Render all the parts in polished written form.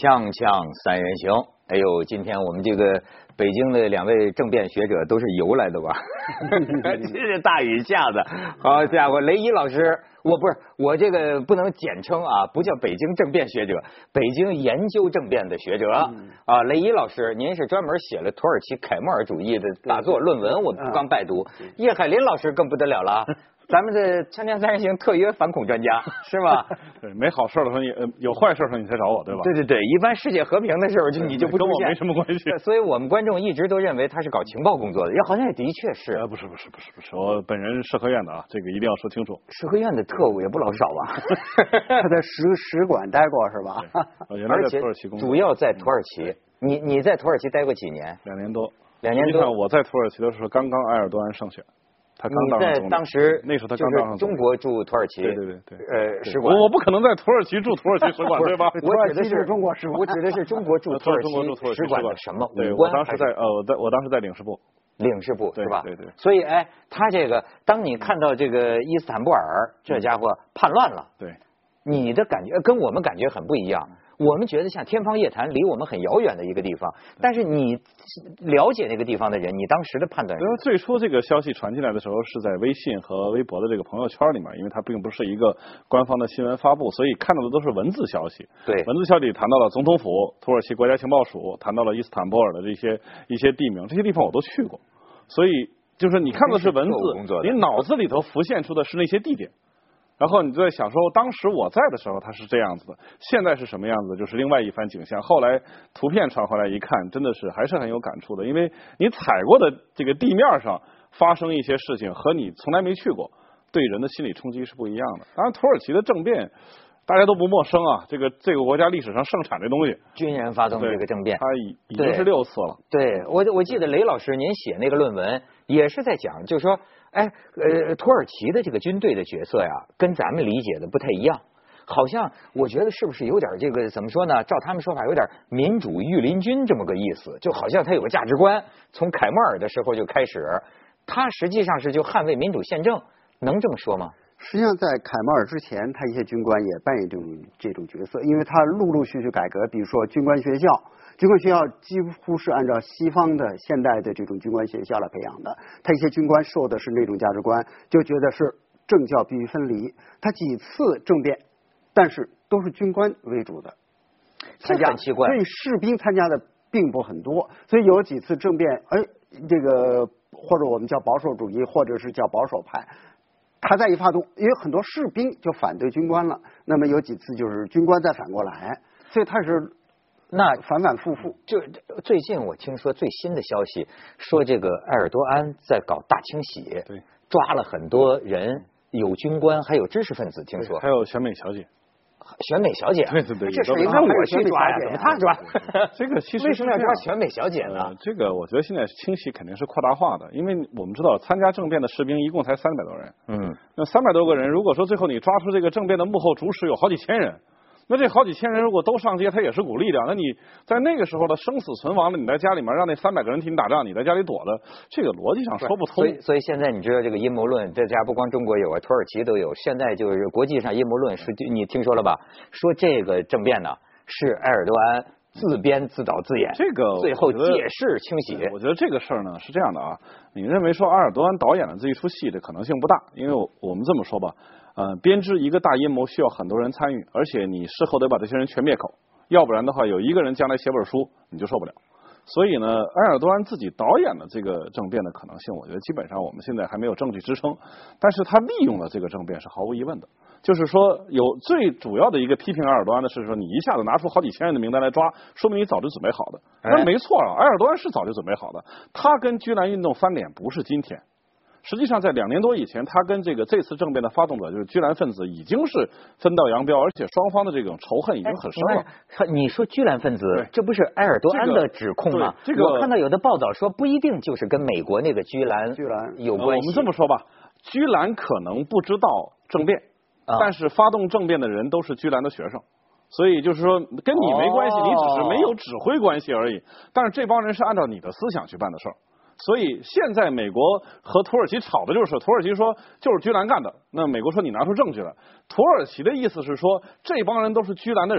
锵锵三人行，哎呦，今天我们这个北京的两位政辩学者都是游来的吧？这大雨下的，好家伙，雷伊老师，我这个不能简称啊，不叫北京政辩学者，北京研究政辩的学者啊，雷伊老师，您是专门写了土耳其凯末尔主义的大作论文，我刚拜读。叶海林老师更不得了了。咱们的锵锵三人行特约反恐专家是吗？ 对，没好事的时候你有坏事的时候你才找我，对吧？ 对对对，一般世界和平的时候你就不出现， 跟我没什么关系。 所以我们观众一直都认为他是搞情报工作的，也好像也的确是。 不是，我本人社科院的啊，这个一定要说清楚。 社科院的特务也不老少吧？ 他在使馆待过是吧？ 而且主要在土耳其。你在土耳其待过几年 ？2年多。 2年多。 实际上我在土耳其的时候，刚刚埃尔多安胜选。他刚当上总理， 你在当时那时候他刚当上总理， 中国驻土耳其， 对， 使馆。 我不可能在土耳其驻土耳其使馆，对吧？ 我指的是中国使馆， 我指的是中国驻土耳其使馆的什么？ 对，我当时在领事部。 领事部是吧？ 对。 所以他这个，当你看到这个伊斯坦布尔这家伙叛乱了， 对， 你的感觉跟我们感觉很不一样。我们觉得像天方夜谭，离我们很遥远的一个地方，但是你了解那个地方的人，你当时的判断是？ 最初这个消息传进来的时候是在微信和微博的这个朋友圈里面，因为它并不是一个官方的新闻发布，所以看到的都是文字消息。 对， 文字消息谈到了总统府、土耳其国家情报署，谈到了伊斯坦布尔的一些地名，这些地方我都去过，所以就是你看到的是文字，你脑子里头浮现出的是那些地点。然后你就在想说，当时我在的时候它是这样子的，现在是什么样子，就是另外一番景象。后来图片传回来一看，真的是还是很有感触的，因为你踩过的这个地面上发生一些事情，和你从来没去过，对人的心理冲击是不一样的。当然，土耳其的政变大家都不陌生啊，这个国家历史上盛产这东西， 军人发动这个政变， 它已经是6次了。 对，我记得雷老师您写那个论文也是在讲，就是说。土耳其的这个军队的角色呀，跟咱们理解的不太一样。好像我觉得是不是有点这个怎么说呢？照他们说法，有点民主御林军这么个意思，就好像他有个价值观，从凯末尔的时候就开始，他实际上是就捍卫民主宪政，能这么说吗？ 实际上，在凯末尔之前，他一些军官也扮演这种角色，因为他陆续改革，比如说军官学校。军官学校几乎是按照西方的现代的这种军官学校来培养的，他一些军官受的是那种价值观，就觉得是政教必须分离。他几次政变，但是都是军官为主的参加， 很奇怪， 所以士兵参加的并不很多。所以有几次政变，这个或者我们叫保守主义，或者是叫保守派。他再一发动，因为很多士兵就反对军官了，那么有几次就是军官再反过来，所以他是那反复。 就最近我听说最新的消息，说这个埃尔多安在搞大清洗， 对， 抓了很多人，有军官，还有知识分子，听说还有选美小姐。 选美小姐， 对， 这事应该我去抓呀，怎么他抓？ 这个其实为什么要抓选美小姐呢？ 这个我觉得现在清洗肯定是扩大化的，因为我们知道参加政变的士兵一共才300多人，那300多个人，如果说最后你抓出这个政变的幕后主使有好几千人。那这好几千人如果都上街，他也是股力量。那你在那个时候的生死存亡了，你在家里面让那300个人替你打仗，你在家里躲着，这个逻辑上说不通。 所以现在你知道这个阴谋论，这家不光中国有啊，土耳其都有。现在就是国际上阴谋论是，你听说了吧？说这个政变呢是埃尔多安自编自导自演， 这个最后借势清洗。 我觉得这个事儿呢是这样的啊，你认为说埃尔多安导演的这一出戏的可能性不大，因为我们这么说吧。编织一个大阴谋需要很多人参与，而且你事后得把这些人全灭口，要不然的话，有一个人将来写本书你就受不了。所以呢，埃尔多安自己导演的这个政变的可能性，我觉得基本上我们现在还没有证据支撑。但是他利用了这个政变是毫无疑问的。就是说，有最主要的一个批评埃尔多安的是说，你一下子拿出好几千人的名单来抓，说明你早就准备好的。那没错啊，埃尔多安是早就准备好的。他跟居兰运动翻脸不是今天。实际上，在2年多以前，他跟这次政变的发动者就是居兰分子已经是分道扬镳，而且双方的这种仇恨已经很深了。 你说居兰分子，这不是埃尔多安的指控吗？我看到有的报道说，不一定就是跟美国那个居兰有关系。 我们这么说吧，居兰可能不知道政变，但是发动政变的人都是居兰的学生。所以就是说，跟你没关系，你只是没有指挥关系而已。但是这帮人是按照你的思想去办的事儿。所以现在美国和土耳其吵的就是土耳其说就是居兰干的，那美国说你拿出证据来。土耳其的意思是说这帮人都是居兰的人嘛，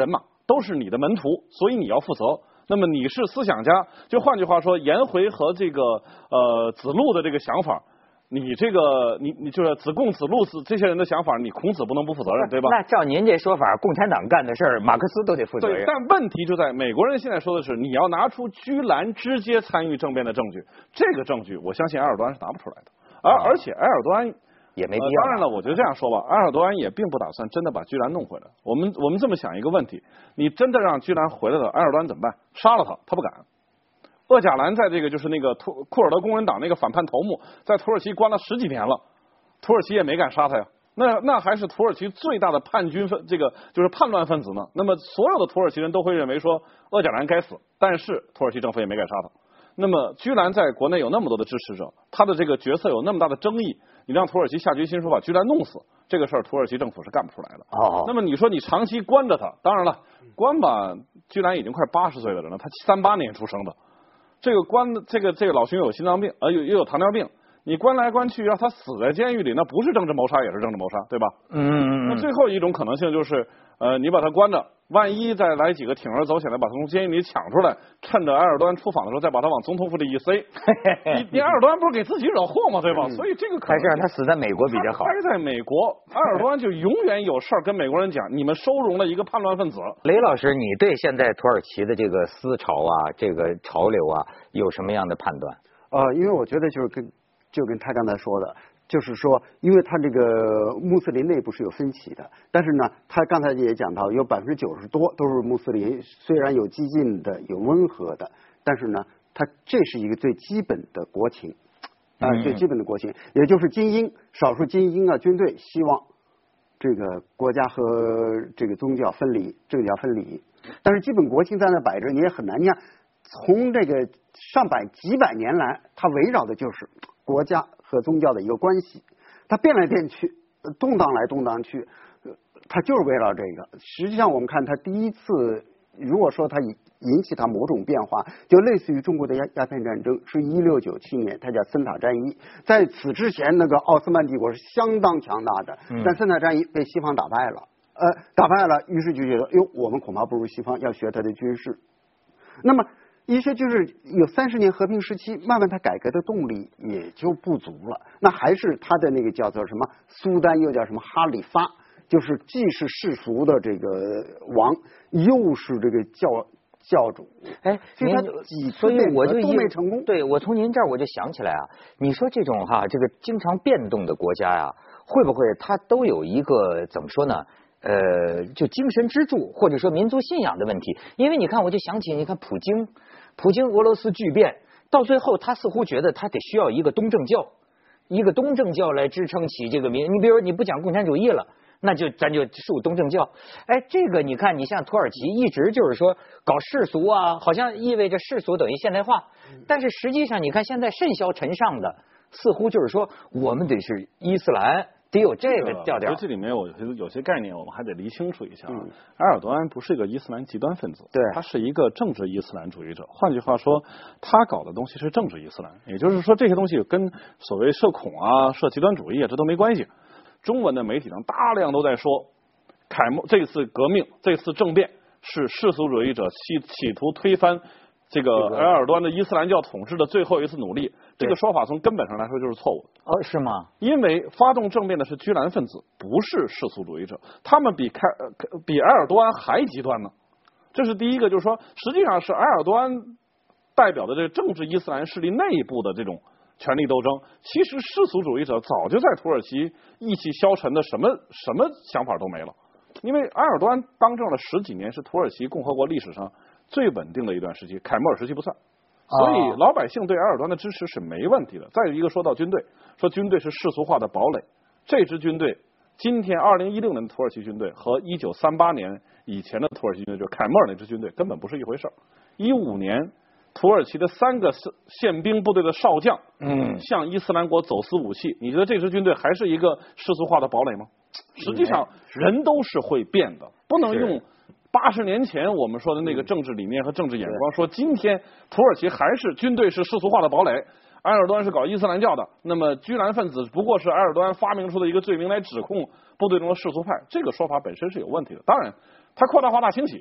都是你的门徒，所以你要负责。那么你是思想家，就换句话说，颜回和这个子路的这个想法，你这个你就是子贡、子路这些人的想法，你孔子不能不负责任，对吧？ 那照您这说法，共产党干的事儿，马克思都得负责任。 对，但问题就在美国人现在说的是，你要拿出居兰直接参与政变的证据，这个证据我相信埃尔多安是拿不出来的。而且埃尔多安也没必要。 当然了，我就这样说吧，埃尔多安也并不打算真的把居兰弄回来。我们这么想一个问题：你真的让居兰回来了，埃尔多安怎么办？杀了他，他不敢。鄂贾兰在这个就是那个库尔德工人党那个反叛头目，在土耳其关了10几年了，土耳其也没敢杀他呀。那还是土耳其最大的叛军这个就是叛乱分子呢。那么所有的土耳其人都会认为说鄂贾兰该死，但是土耳其政府也没敢杀他。那么居兰在国内有那么多的支持者，他的这个决策有那么大的争议，你让土耳其下决心说把居兰弄死，这个事儿土耳其政府是干不出来的。那么你说你长期关着他，当然了，关吧，居兰已经快80岁的人了，他38年出生的，这个关这个老兄有心脏病，又有糖尿病，你关来关去让他死在监狱里，那不是政治谋杀也是政治谋杀，对吧？那最后一种可能性就是，你把他关着，万一再来几个铤而走险的把他从监狱里抢出来，趁着埃尔多安出访的时候再把他往总统府里一塞，你埃尔多安不是给自己惹祸吗？对吧？所以这个可能还是让他死在美国比较好。 待在美国，埃尔多安就永远有事儿跟美国人讲，你们收容了一个叛乱分子。 雷老师，你对现在土耳其的这个思潮啊，这个潮流啊，有什么样的判断？ 因为我觉得就跟他刚才说的，就是说，因为他这个穆斯林内部是有分歧的，但是呢，他刚才也讲到，有90%多都是穆斯林，虽然有激进的，有温和的，但是呢，他这是一个最基本的国情，最基本的国情，也就是精英，少数精英啊，军队希望这个国家和这个宗教分离，政教分离，但是基本国情在那摆着，你也很难，你看从这个几百年来，它围绕的就是国家和宗教的一个关系，它变来变去，动荡来动荡去，它就是围绕这个。实际上，我们看它第一次，如果说它引起它某种变化，就类似于中国的鸦片战争，是1697年，它叫森塔战役。在此之前，那个奥斯曼帝国是相当强大的，但森塔战役被西方打败了，于是就觉得，我们恐怕不如西方，要学它的军事。那么一些就是有30年和平时期，慢慢他改革的动力也就不足了。那还是他的那个叫做什么苏丹，又叫什么哈里发，就是既是世俗的这个王，又是这个教主。 所以我就都没成功。 对，我从您这儿我就想起来啊，你说这种这个经常变动的国家呀，会不会它都有一个怎么说呢？就精神支柱或者说民族信仰的问题，因为你看，我就想起你看普京俄罗斯巨变，到最后他似乎觉得他得需要一个东正教来支撑起这个民。你比如你不讲共产主义了，那就咱就树东正教。这个你看，你像土耳其一直就是说搞世俗啊，好像意味着世俗等于现代化，但是实际上你看现在甚嚣尘上的，似乎就是说我们得是伊斯兰。得有这个调调。 这里面有些概念我们还得理清楚一下。埃尔多安不是一个伊斯兰极端分子， 对， 他是一个政治伊斯兰主义者。换句话说，他搞的东西是政治伊斯兰，也就是说这些东西跟所谓社恐啊、社极端主义啊这都没关系。中文的媒体上大量都在说，这次革命、这次政变是世俗主义者企图推翻这个埃尔多安的伊斯兰教统治的最后一次努力。这个说法从根本上来说就是错误的。 是吗？ 因为发动政变的是居兰分子，不是世俗主义者，他们比埃尔多安还极端呢。这是第一个，就是说，实际上是埃尔多安代表的这个政治伊斯兰势力内部的这种权力斗争。其实世俗主义者早就在土耳其意气消沉的，什么想法都没了。因为埃尔多安当政了10几年，是土耳其共和国历史上最稳定的一段时期，凯末尔时期不算。所以老百姓对埃尔多安的支持是没问题的。再一个说到军队，说军队是世俗化的堡垒，这支军队今天2016年的土耳其军队和1938年以前的土耳其军队，就是凯末尔那支军队根本不是一回事。15年土耳其的3个宪兵部队的少将向伊斯兰国走私武器，你觉得这支军队还是一个世俗化的堡垒吗？实际上人都是会变的，不能用80年前我们说的那个政治理念和政治眼光说今天土耳其还是军队是世俗化的堡垒，埃尔多安是搞伊斯兰教的，那么居兰分子不过是埃尔多安发明出的一个罪名来指控部队中的世俗派，这个说法本身是有问题的。当然他扩大化大清洗，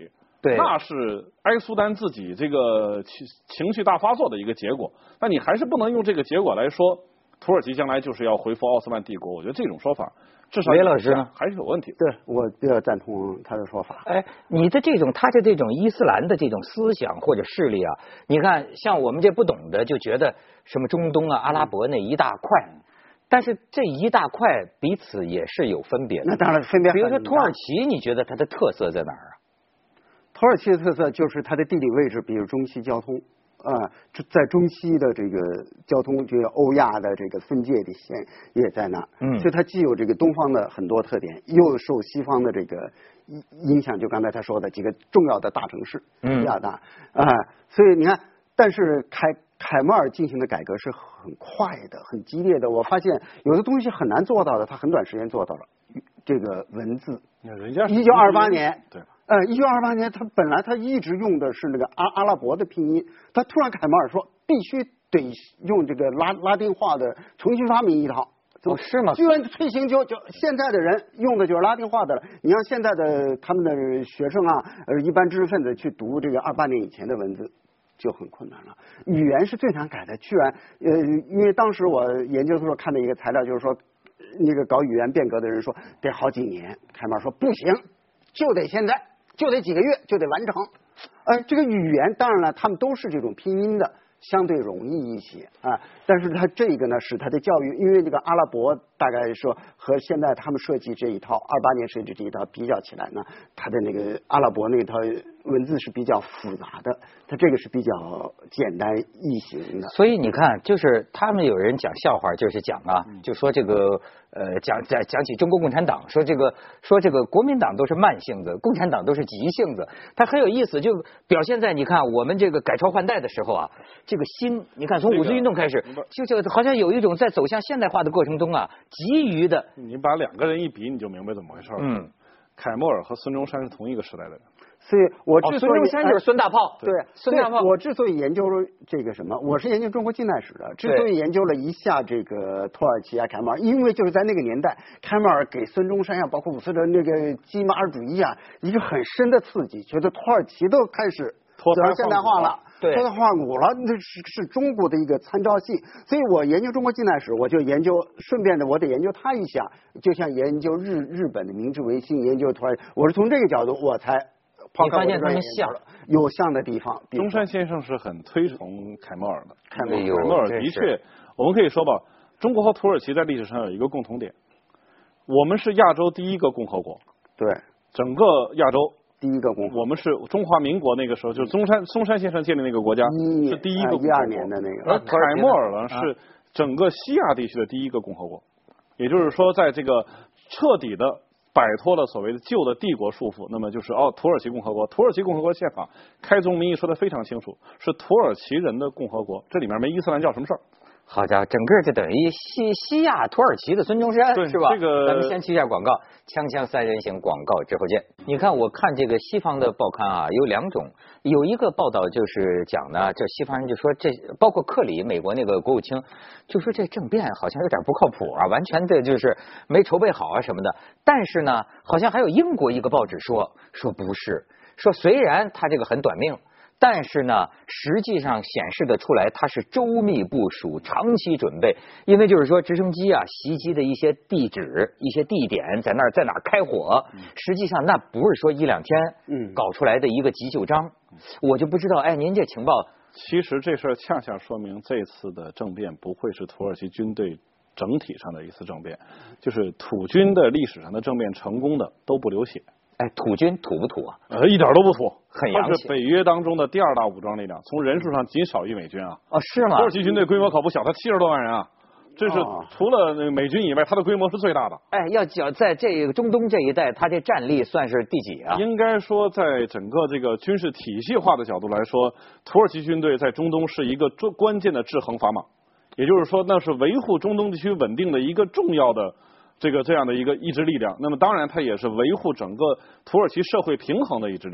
对， 那是埃苏丹自己这个情绪大发作的一个结果。那你还是不能用这个结果来说土耳其将来就是要恢复奥斯曼帝国。我觉得这种说法至少雷老师呢还是有问题。 对，我比较赞同他的说法。 哎，你的这种他的这种伊斯兰的这种思想或者势力啊，你看像我们这不懂的就觉得什么中东啊、阿拉伯那一大块。但是这一大块彼此也是有分别的。 那当然分别很大。 比如说土耳其，你觉得它的特色在哪儿啊？ 土耳其的特色就是它的地理位置，比如中西交通，在中西的这个交通，这个欧亚的这个分界的线也在那儿。所以它既有这个东方的很多特点，又受西方的这个影响。就刚才他说的几个重要的大城市比较大所以你看，但是凯末尔进行的改革是很快的、很激烈的。我发现有的东西很难做到的，他很短时间做到了。这个文字， 人家 1928年， 对 ，1928年他本来他一直用的是那个阿拉伯的拼音，他突然凯末尔说必须得用这个拉丁话的，重新发明一套。 哦，是吗？ 居然推行就现在的人用的就是拉丁话的了。你让现在的他们的学生啊，一般知识分子去读这个28年以前的文字。就很困难了，语言是最难改的。居然，因为当时我研究的时候看的一个材料，就是说，那个搞语言变革的人说得好几年，凯末尔说不行，就得现在，就得几个月就得完成。这个语言当然了，他们都是这种拼音的，相对容易一些但是它这个呢，使它的教育，因为这个阿拉伯大概说和现在他们设计这一套28年设计这一套比较起来呢，它的那个阿拉伯那套文字是比较复杂的，它这个是比较简单易行的。 所以你看，就是他们有人讲笑话，就是讲就说这个讲起中国共产党，说这个国民党都是慢性子，共产党都是急性子。它很有意思，就表现在你看我们这个改朝换代的时候这个心，你看从五四运动开始，就好像有一种在走向现代化的过程中急于的。 你把两个人一比，你就明白怎么回事了。凯末尔和孙中山是同一个时代的人。 所以我之所以孙中山就是孙大炮， 对， 孙大炮。 我之所以研究这个什么，我是研究中国近代史的，之所以研究了一下这个土耳其凯末尔，因为就是在那个年代，凯末尔给孙中山包括五四的那个基马尔主义一个很深的刺激，觉得土耳其都开始走向现代化了。 对， 脱胎换骨了，那是中国的一个参照系。所以我研究中国近代史，我就研究，顺便的我得研究它一下，就像研究日本的明治维新，研究土耳其，我是从这个角度我才你发现他们像有像的地方。 中山先生是很推崇凯末尔的， 凯末尔的确，我们可以说吧，中国和土耳其在历史上有一个共同点，我们是亚洲第一个共和国， 对， 整个亚洲。 第一个共和， 我们是中华民国那个时候，就是松山先生建立那个国家是第一个共和国 ，12年的那个。 而凯末尔呢是整个西亚地区的第一个共和国，也就是说，在这个彻底的摆脱了所谓的旧的帝国束缚，那么就是土耳其共和国。土耳其共和国宪法开宗明义说的非常清楚，是土耳其人的共和国，这里面没伊斯兰教什么事儿。 好家伙，整个就等于西亚土耳其的孙中山，是吧？ 这个咱们先去一下广告，锵锵三人行，广告之后见。你看，我看这个西方的报刊有两种，有一个报道就是讲呢，这西方人就说这包括克里，美国那个国务卿，就说这政变好像有点不靠谱完全的就是没筹备好什么的。但是呢，好像还有英国一个报纸说不是，说虽然他这个很短命。但是呢，实际上显示的出来，它是周密部署、长期准备。因为就是说，直升机袭击的一些地址、一些地点，在哪儿开火，实际上那不是说一两天搞出来的一个急救章。我就不知道，您这情报， 其实这事儿恰恰说明这次的政变不会是土耳其军队整体上的一次政变，就是土军的历史上的政变成功的都不流血。 土军土不土一点都不土， 很洋气。 它是北约当中的第二大武装力量，从人数上仅少于美军是吗？ 土耳其军队规模可不小，它70多万人这是除了那个美军以外，它的规模是最大的。 要讲在这个中东这一带，它这战力算是第几应该说，在整个这个军事体系化的角度来说，土耳其军队在中东是一个关键的制衡砝码，也就是说，那是维护中东地区稳定的一个重要的。这样的一个意志力量，那么当然它也是维护整个土耳其社会平衡的一支力量。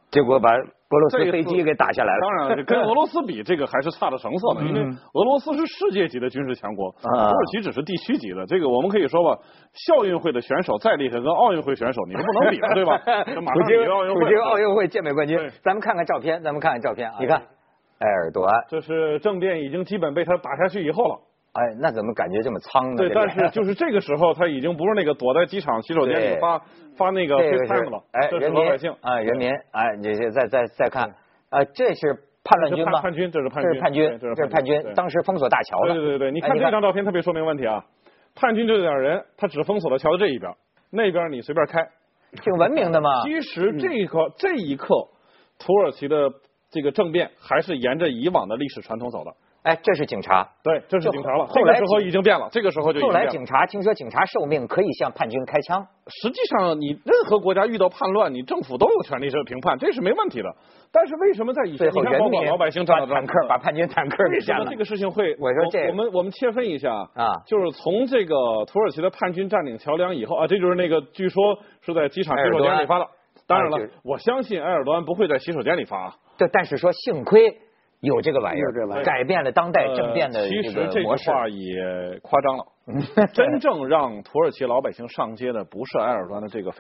结果把俄罗斯飞机给打下来了。 当然，跟俄罗斯比，这个还是差了成色的，因为俄罗斯是世界级的军事强国，土耳其只是地区级的。这个我们可以说吧，校运会的选手再厉害，跟奥运会选手你是不能比的，对吧？ 普京奥运会健美冠军，咱们看看照片，啊，你看，埃尔多安， 这是政变已经基本被他打下去以后了。 哎，那怎么感觉这么苍呢？ 对，但是就是这个时候，他已经不是那个躲在机场洗手间里发那个 FaceTime 了。 哎， 这是老百姓啊，人民，哎，这些再看，这是叛乱军吗？ 叛军，这是叛军，这是叛军，当时封锁大桥了。 对，你看这张照片特别说明问题啊。叛军这点人，他只封锁了桥的这一边，那边你随便开， 挺文明的嘛。 其实这一刻，土耳其的这个政变还是沿着以往的历史传统走的。 哎，这是警察， 对，这是警察了。这个时候已经变了，这个时候就后来听说警察受命可以向叛军开枪。 实际上，你任何国家遇到叛乱，你政府都有权利去平叛，这是没问题的。但是为什么在以前， 你看包括老百姓把坦克把叛军坦克给下了？ 这个事情会， 我说这我们切分一下啊， 就是从这个土耳其的叛军占领桥梁以后啊，这就是那个据说是在机场洗手间里发的。当然了，我相信埃尔多安不会在洗手间里发啊。 对，但是说幸亏有这个玩意儿，改变了当代政变的其实这句话也夸张了。真正让土耳其老百姓上街的不是埃尔多安的这个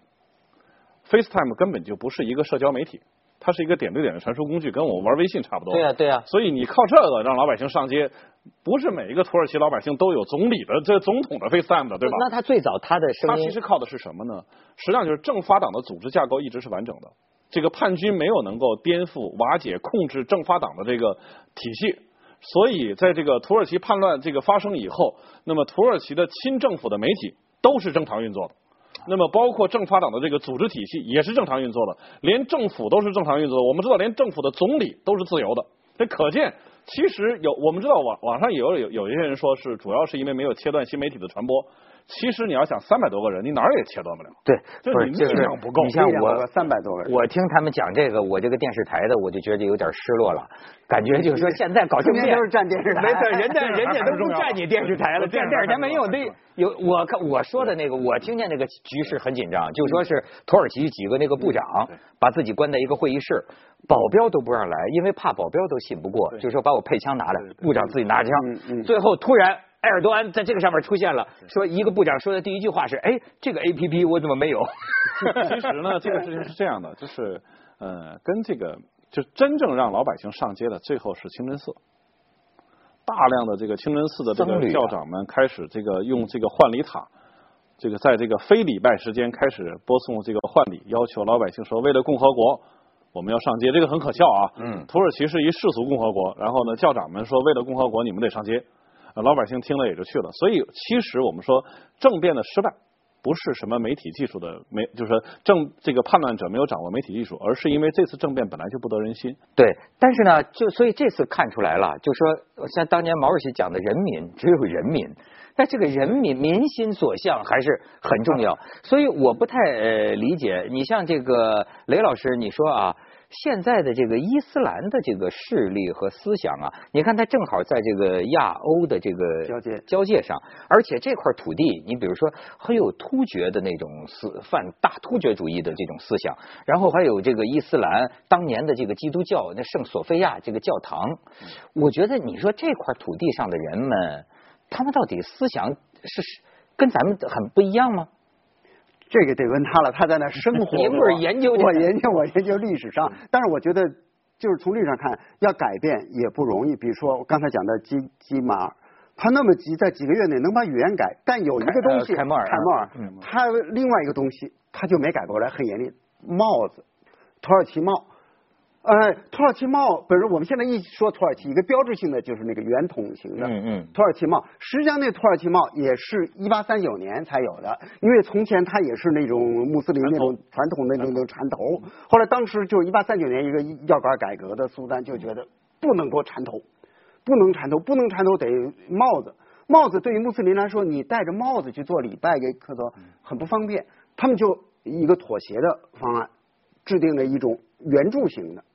FaceTime 根本就不是一个社交媒体，它是一个点对点的传输工具，跟我玩微信差不多。 对呀。所以你靠这个让老百姓上街，不是每一个土耳其老百姓都有总统的 FaceTime 的，对吧？ 那他最早他的声音， 他其实靠的是什么呢？实际上就是政法党的组织架构一直是完整的。这个叛军没有能够颠覆、瓦解、控制政法党的这个体系，所以在这个土耳其叛乱这个发生以后，那么土耳其的亲政府的媒体都是正常运作的，那么包括政法党的这个组织体系也是正常运作的，连政府都是正常运作的。我们知道，连政府的总理都是自由的，这可见其实我们知道网上有一些人说是主要是因为没有切断新媒体的传播。其实你要想300多个人，你哪儿也切断不了。 对， 就是你力量不够。 你像我 300多个人， 我听他们讲这个，我这个电视台的，我就觉得有点失落了，感觉就是说现在搞政变都是占电视台， 没错，人家都不占你电视台了，电视台没有我说的那个，我听见那个局势很紧张，就说是土耳其几个那个部长把自己关在一个会议室，保镖都不让来，因为怕保镖都信不过，就说把我配枪拿来，部长自己拿着枪，最后突然。埃尔多安在这个上面出现了，说一个部长说的第一句话是：哎，这个 APP 我怎么没有？ 其实呢，这个事情是这样的，就是跟这个就真正让老百姓上街的，最后是清真寺，大量的这个清真寺的这个教长们开始这个用这个换礼塔，这个在这个非礼拜时间开始播送这个换礼，要求老百姓说，为了共和国。我们要上街，这个很可笑啊！土耳其是一世俗共和国，然后呢，教长们说，为了共和国，你们得上街。老百姓听了也就去了，所以其实我们说政变的失败不是什么媒体技术的就是这个叛乱者没有掌握媒体技术，而是因为这次政变本来就不得人心。 对，但是呢，所以这次看出来了，就说像当年毛主席讲的人民，只有人民，但这个人民心所向还是很重要。所以我不太理解，你像这个雷老师，你说啊。现在的这个伊斯兰的这个势力和思想啊，你看它正好在这个亚欧的这个交界上，而且这块土地，你比如说很有突厥的那种泛大突厥主义的这种思想，然后还有这个伊斯兰当年的这个基督教那圣索菲亚这个教堂，我觉得你说这块土地上的人们，他们到底思想是跟咱们很不一样吗？ 这个得问他了，他在那生活。 您不是研究？ 我研究历史上，但是我觉得就是从历史上看，要改变也不容易。比如说我刚才讲的基马尔，他那么急，在几个月内能把语言改，但有一个东西， 凯末尔， 他另外一个东西他就没改过来，很严厉，帽子，土耳其帽。土耳其帽本身，我们现在一说土耳其，一个标志性的就是那个圆筒形的，土耳其帽。实际上，那土耳其帽也是1839年才有的，因为从前它也是那种穆斯林那种传统的那种缠头。后来当时就是1839年一个要杆改革的苏丹就觉得不能够缠头，不能缠头得帽子。帽子对于穆斯林来说，你戴着帽子去做礼拜给可多很不方便，他们就一个妥协的方案，制定了一种圆柱形的。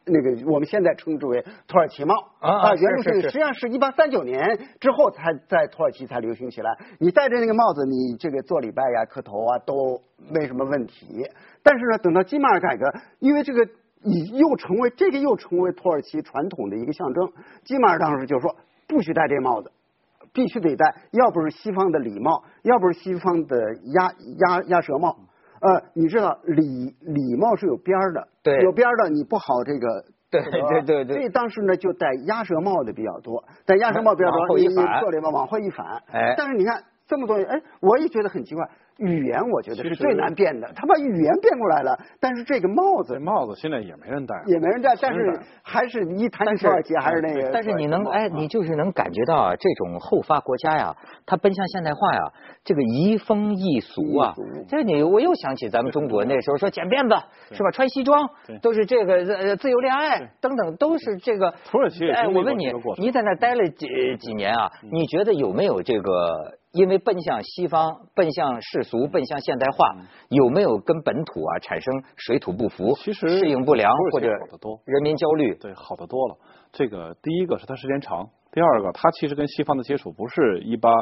那个我们现在称之为土耳其帽原住性实际上是1839年之后才在土耳其才流行起来。你戴着那个帽子，你这个做礼拜呀、磕头啊都没什么问题。但是呢，等到吉马尔改革，因为这个又成为土耳其传统的一个象征，吉马尔当时就说不许戴这帽子。必须得戴，要不是西方的礼帽，要不是西方的鸭舌帽。你知道礼帽是有边儿的， 对， 有边儿的你不好这个。 对。 所以当时呢，就戴鸭舌帽的比较多，戴鸭舌帽比较多，你做这个往后一反。但是你看这么多人，我也觉得很奇怪。语言我觉得是最难变的，他把语言变过来了，但是这个帽子现在也没人戴， 但是还是一谈起土耳其还是那个。 但是你就是能感觉到这种后发国家呀，它奔向现代化呀，这个移风易俗啊，我又想起咱们中国那时候说剪辫子是吧，穿西装都是这个自由恋爱等等都是这个。 土耳其我问你，你在那待了几年啊？你觉得有没有这个？因为奔向西方，奔向世俗，奔向现代化，有没有跟本土啊产生水土不服、 其实适应不良或者人民焦虑？ 对，好得多了。这个第一个是它时间长，第二个它其实跟西方的接触不是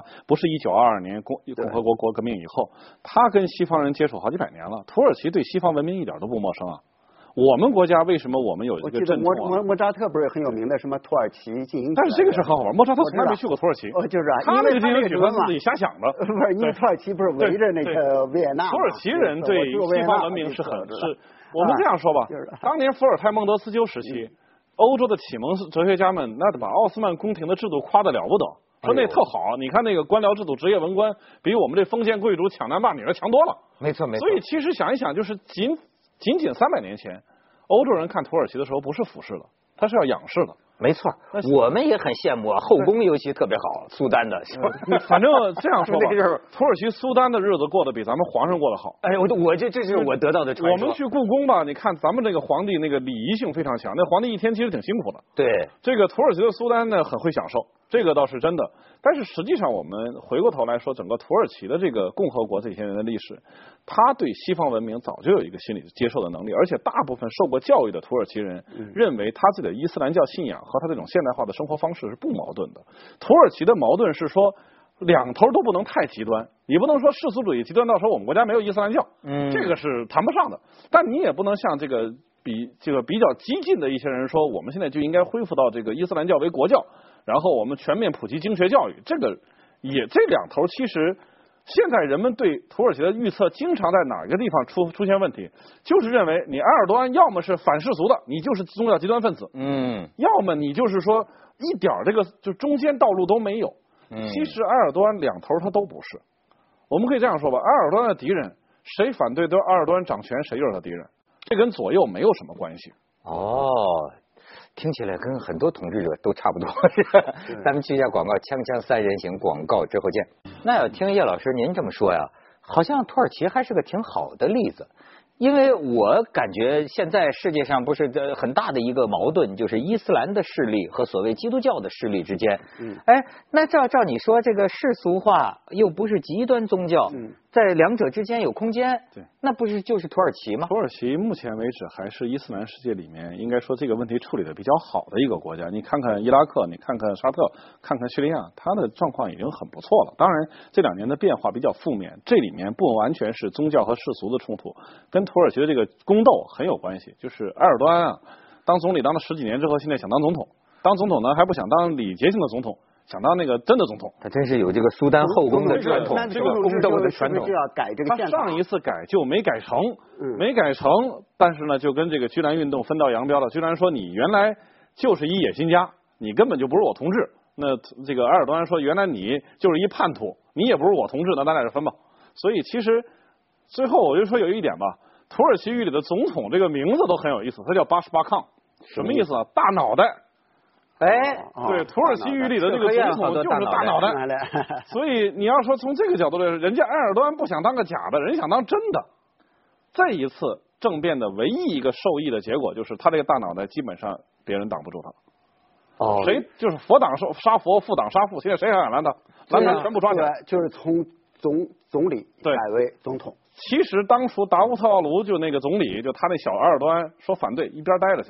1922年共和国国革命以后，它跟西方人接触好几百年了。土耳其对西方文明一点都不陌生啊。我们国家为什么我们有这个阵痛？ 莫扎特不是很有名的什么土耳其进行曲？ 但是这个是很好玩，莫扎特从来没去过土耳其。 就是他那个进行曲他自己瞎想的。 不是，因为土耳其不是围着那个维也纳。 土耳其人对西方文明是我们这样说吧，当年伏尔泰、孟德斯鸠时期，欧洲的启蒙哲学家们那把奥斯曼宫廷的制度夸得了不得，说那特好，你看那个官僚制度、职业文官比我们这封建贵族抢男霸女的强多了。 没错。 所以其实想一想，就是仅300年前，欧洲人看土耳其的时候不是俯视的，他是要仰视的。 没错，我们也很羡慕后宫尤其特别好，苏丹的。 反正这样说吧，土耳其苏丹的日子过得比咱们皇上过得好。 哎，这是我得到的传说。 我们去故宫吧，你看咱们这个皇帝那个礼仪性非常强，那皇帝一天其实挺辛苦的。 对， 这个土耳其的苏丹呢很会享受，这个倒是真的。但是实际上我们回过头来说，整个土耳其的这个共和国这些年的历史，他对西方文明早就有一个心理接受的能力，而且大部分受过教育的土耳其人认为他自己的伊斯兰教信仰和他这种现代化的生活方式是不矛盾的。土耳其的矛盾是说两头都不能太极端，你不能说世俗主义极端到时候我们国家没有伊斯兰教，这个是谈不上的。但你也不能像这个比较激进的一些人说，我们现在就应该恢复到这个伊斯兰教为国教，然后我们全面普及经学教育。这两头其实现在人们对土耳其的预测经常在哪个地方出现问题，就是认为你埃尔多安要么是反世俗的，你就是宗教极端分子，要么你就是说一点这个就中间道路都没有。其实埃尔多安两头他都不是。我们可以这样说吧，埃尔多安的敌人谁反对对埃尔多安掌权，谁就是他敌人，这跟左右没有什么关系。 听起来跟很多统治者都差不多。咱们去一下广告，锵锵三人行，广告之后见。那要听叶老师您这么说呀，好像土耳其还是个挺好的例子。因为我感觉现在世界上不是很大的一个矛盾，就是伊斯兰的势力和所谓基督教的势力之间。那照你说，这个世俗化又不是极端宗教，在两者之间有空间， 对， 那不是就是土耳其吗？ 土耳其目前为止还是伊斯兰世界里面应该说这个问题处理的比较好的一个国家。你看看伊拉克，你看看沙特，看看叙利亚，它的状况已经很不错了。当然这2年的变化比较负面，这里面不完全是宗教和世俗的冲突，跟土耳其的这个宫斗很有关系。就是埃尔多安啊，当总理当了10几年之后，现在想当总统，当总统呢还不想当礼节性的总统，想当那个真的总统。 他真是有这个苏丹后宫的传统，这个宫斗的传统。 就要改这个宪法。 他上一次改就没改成，但是呢就跟这个居兰运动分道扬镳了。居兰说你原来就是一野心家，你根本就不是我同志。那这个埃尔多安说原来你就是一叛徒，你也不是我同志，那咱俩就分吧。所以其实最后我就说有一点吧，土耳其语里的总统这个名字都很有意思，他叫巴什巴康，什么意思啊？大脑袋。对，土耳其语里的这个总统就是大脑袋。所以你要说从这个角度来说，人家埃尔多安不想当个假的，人想当真的。这一次政变的唯一一个受益的结果就是他这个大脑袋基本上别人挡不住他。谁就是佛挡杀佛，父挡杀父，现在谁还敢拦他？拦他全部抓起来。 就是从总理改为总统。 其实当初达乌特奥卢就那个总理，就他那小埃尔多安说反对，一边待着去。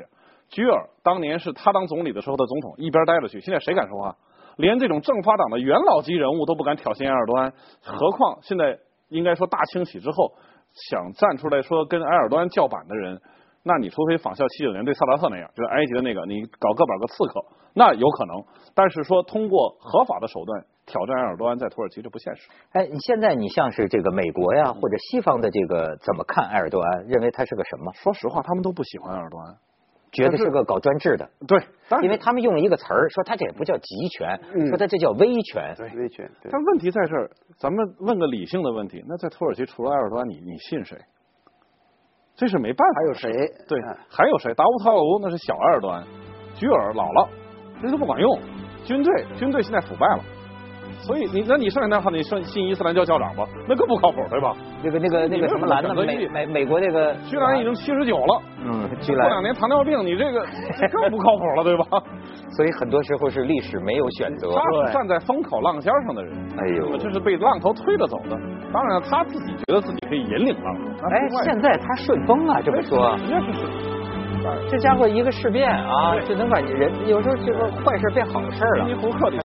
居尔当年是他当总理的时候的总统，一边待着去，现在谁敢说话？连这种政法党的元老级人物都不敢挑衅埃尔多安，何况现在应该说大清洗之后想站出来说跟埃尔多安叫板的人，那你除非仿效79年对萨达特那样，就是埃及的那个，你搞个把个刺客，那有可能。但是说通过合法的手段挑战埃尔多安在土耳其，这不现实。 哎，你现在你像是这个美国呀，或者西方的这个怎么看埃尔多安？认为他是个什么？ 说实话，他们都不喜欢埃尔多安。 觉得是个搞专制的， 对， 因为他们用了一个词儿，说他这也不叫集权，说他这叫威权。 对，威权。 但问题在这儿，咱们问个理性的问题，那在土耳其除了埃尔多安，你信谁？这是没办法。 还有谁？ 对，还有谁？达乌特奥卢那是小埃尔多安，居尔老了，这都不管用。军队现在腐败了。所以你剩下那话，你信伊斯兰教教长吧，那更不靠谱，对吧？ 那个什么兰呢？美国这个居兰已经79了， 居兰过2年糖尿病，你这个更不靠谱了，对吧？ 所以很多时候是历史没有选择， 他是站在风口浪尖上的人， 哎呦， 这是被浪头推着走的。当然他自己觉得自己可以引领浪头。 哎，现在他顺风啊，这么说，这家伙一个事变啊，就能把人有时候这个坏事变好事了。 尼胡克里